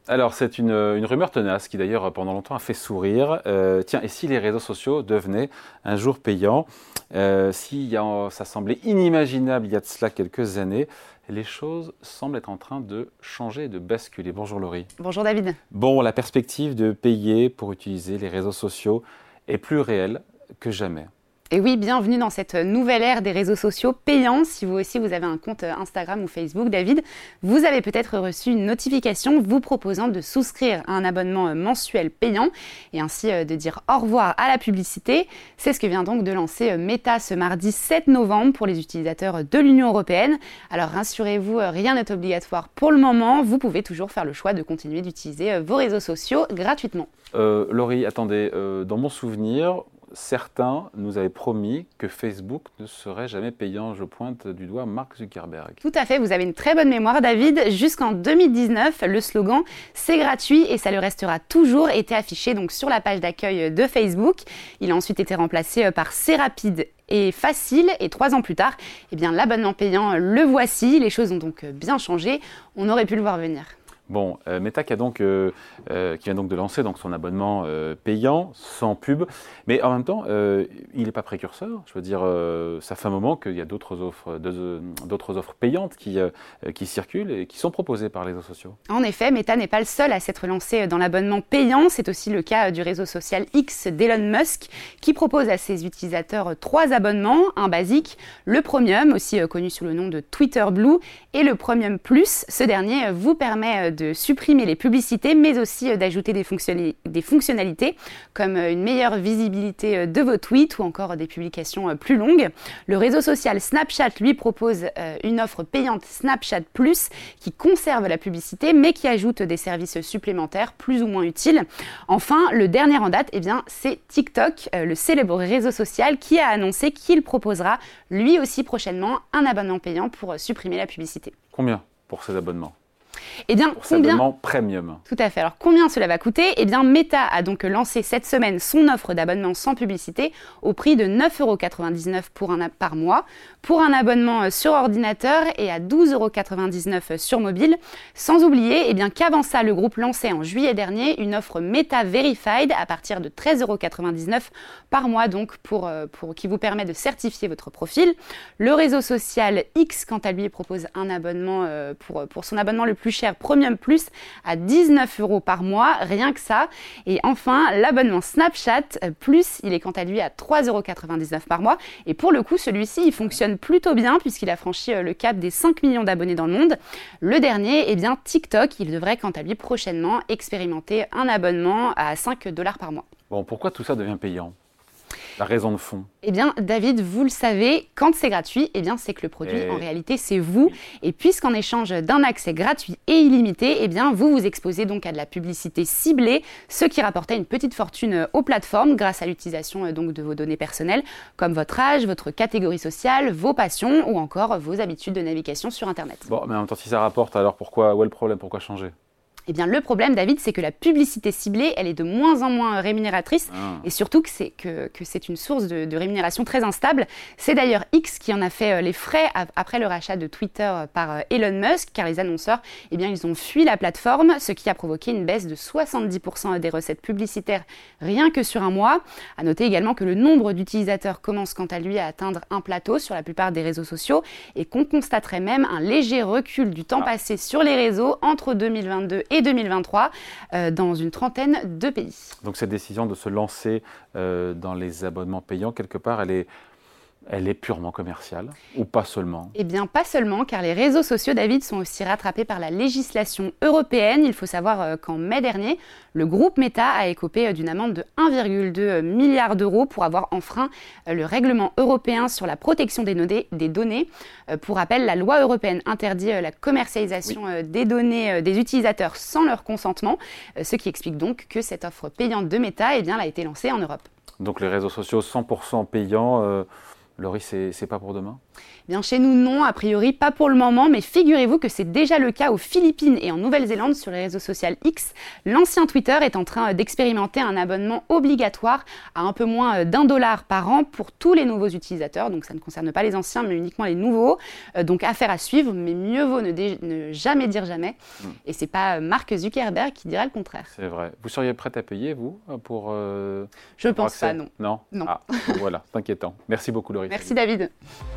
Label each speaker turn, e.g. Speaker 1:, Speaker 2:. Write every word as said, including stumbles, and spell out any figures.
Speaker 1: Alors, c'est une, une rumeur tenace qui, d'ailleurs, pendant longtemps a fait sourire. Euh, tiens, et si les réseaux sociaux devenaient un jour payants euh, si y a, ça semblait inimaginable il y a de cela quelques années, les choses semblent être en train de changer et de basculer. Bonjour Laurie.
Speaker 2: Bonjour David.
Speaker 1: Bon, la perspective de payer pour utiliser les réseaux sociaux est plus réelle que jamais.
Speaker 2: Et oui, bienvenue dans cette nouvelle ère des réseaux sociaux payants. Si vous aussi vous avez un compte Instagram ou Facebook, David, vous avez peut-être reçu une notification vous proposant de souscrire à un abonnement mensuel payant et ainsi de dire au revoir à la publicité. C'est ce que vient donc de lancer Meta ce mardi sept novembre pour les utilisateurs de l'Union européenne. Alors rassurez-vous, rien n'est obligatoire pour le moment. Vous pouvez toujours faire le choix de continuer d'utiliser vos réseaux sociaux gratuitement.
Speaker 1: Euh, Laurie, attendez, euh, dans mon souvenir, certains nous avaient promis que Facebook ne serait jamais payant. Je pointe du doigt Mark Zuckerberg.
Speaker 2: Tout à fait, vous avez une très bonne mémoire, David. Jusqu'en deux mille dix-neuf, le slogan « C'est gratuit et ça le restera toujours » était affiché donc sur la page d'accueil de Facebook. Il a ensuite été remplacé par « C'est rapide » et facile. Et trois ans plus tard, eh bien, l'abonnement payant, le voici. Les choses ont donc bien changé. On aurait pu le voir venir.
Speaker 1: Bon, euh, Meta qui, a donc, euh, euh, qui vient donc de lancer donc, son abonnement euh, payant, sans pub, mais en même temps, euh, il n'est pas précurseur. Je veux dire, euh, ça fait un moment qu'il y a d'autres offres, de, d'autres offres payantes qui, euh, qui circulent et qui sont proposées par les réseaux sociaux.
Speaker 2: En effet, Meta n'est pas le seul à s'être lancé dans l'abonnement payant. C'est aussi le cas du réseau social X d'Elon Musk, qui propose à ses utilisateurs trois abonnements, un basique, le Premium, aussi connu sous le nom de Twitter Blue, et le Premium Plus. Ce dernier vous permet de supprimer les publicités, mais aussi d'ajouter des, fonctionnali- des fonctionnalités comme une meilleure visibilité de vos tweets ou encore des publications plus longues. Le réseau social Snapchat, lui, propose une offre payante Snapchat Plus qui conserve la publicité, mais qui ajoute des services supplémentaires plus ou moins utiles. Enfin, le dernier en date, eh bien, c'est TikTok, le célèbre réseau social qui a annoncé qu'il proposera lui aussi prochainement un abonnement payant pour supprimer la publicité.
Speaker 1: Combien pour ces abonnements ?
Speaker 2: Eh bien,
Speaker 1: pour combien... cet abonnement premium.
Speaker 2: Tout à fait. Alors, combien cela va coûter ? Eh bien, Meta a donc lancé cette semaine son offre d'abonnement sans publicité au prix de neuf euros quatre-vingt-dix-neuf pour un, par mois, pour un abonnement sur ordinateur et à douze euros quatre-vingt-dix-neuf sur mobile. Sans oublier eh bien, qu'avant ça, le groupe lançait en juillet dernier une offre Meta Verified à partir de treize euros quatre-vingt-dix-neuf par mois, donc pour, pour, qui vous permet de certifier votre profil. Le réseau social X, quant à lui, propose un abonnement pour, pour son abonnement le plus cher Premium Plus à dix-neuf euros par mois, rien que ça. Et enfin, l'abonnement Snapchat Plus, il est quant à lui à trois euros quatre-vingt-dix-neuf par mois. Et pour le coup, celui-ci, il fonctionne plutôt bien puisqu'il a franchi le cap des cinq millions d'abonnés dans le monde. Le dernier, eh bien TikTok, il devrait quant à lui prochainement expérimenter un abonnement à cinq dollars par mois.
Speaker 1: Bon, pourquoi tout ça devient payant ? La raison de fond.
Speaker 2: Eh bien, David, vous le savez, quand c'est gratuit, eh bien, c'est que le produit, et... en réalité, c'est vous. Et puisqu'en échange d'un accès gratuit et illimité, eh bien, vous vous exposez donc à de la publicité ciblée, ce qui rapportait une petite fortune aux plateformes grâce à l'utilisation donc, de vos données personnelles, comme votre âge, votre catégorie sociale, vos passions ou encore vos habitudes de navigation sur Internet.
Speaker 1: Bon, mais en même temps, si ça rapporte, alors pourquoi, où est le problème ? Pourquoi changer ?
Speaker 2: Eh bien, le problème, David, c'est que la publicité ciblée, elle est de moins en moins rémunératrice
Speaker 1: ah.
Speaker 2: et surtout que c'est, que, que c'est une source de, de rémunération très instable. C'est d'ailleurs X qui en a fait les frais après le rachat de Twitter par Elon Musk, car les annonceurs, eh bien, ils ont fui la plateforme, ce qui a provoqué une baisse de soixante-dix pour cent des recettes publicitaires rien que sur un mois. À noter également que le nombre d'utilisateurs commence quant à lui à atteindre un plateau sur la plupart des réseaux sociaux et qu'on constaterait même un léger recul du temps ah. passé sur les réseaux entre deux mille vingt-deux et deux mille vingt-trois euh, dans une trentaine de pays.
Speaker 1: Donc cette décision de se lancer euh, dans les abonnements payants, quelque part, elle est, elle est purement commerciale ou pas seulement ?
Speaker 2: Eh bien, pas seulement, car les réseaux sociaux, David, sont aussi rattrapés par la législation européenne. Il faut savoir euh, qu'en mai dernier, le groupe Meta a écopé euh, d'une amende de un virgule deux milliard d'euros pour avoir enfreint euh, le règlement européen sur la protection des, nodés, des données. Euh, pour rappel, la loi européenne interdit euh, la commercialisation oui. euh, des données euh, des utilisateurs sans leur consentement, euh, ce qui explique donc que cette offre payante de Meta eh bien, elle a été lancée en Europe.
Speaker 1: Donc les réseaux sociaux cent pour cent payants, euh, Laurie, c'est, c'est pas pour demain?
Speaker 2: Bien, chez nous, non, a priori, pas pour le moment, mais figurez-vous que c'est déjà le cas aux Philippines et en Nouvelle-Zélande sur les réseaux sociaux X. L'ancien Twitter est en train d'expérimenter un abonnement obligatoire à un peu moins d'un dollar par an pour tous les nouveaux utilisateurs. Donc ça ne concerne pas les anciens, mais uniquement les nouveaux. Euh, donc affaire à suivre, mais mieux vaut ne, dé- ne jamais dire jamais. Mm. Et c'est pas Mark Zuckerberg qui dira le contraire.
Speaker 1: C'est vrai. Vous seriez prête à payer, vous, pour... Euh,
Speaker 2: Je
Speaker 1: pour
Speaker 2: pense
Speaker 1: accès?
Speaker 2: pas, non.
Speaker 1: Non.
Speaker 2: Non.
Speaker 1: Ah, voilà, c'est inquiétant. Merci beaucoup, Laurie.
Speaker 2: Merci, David.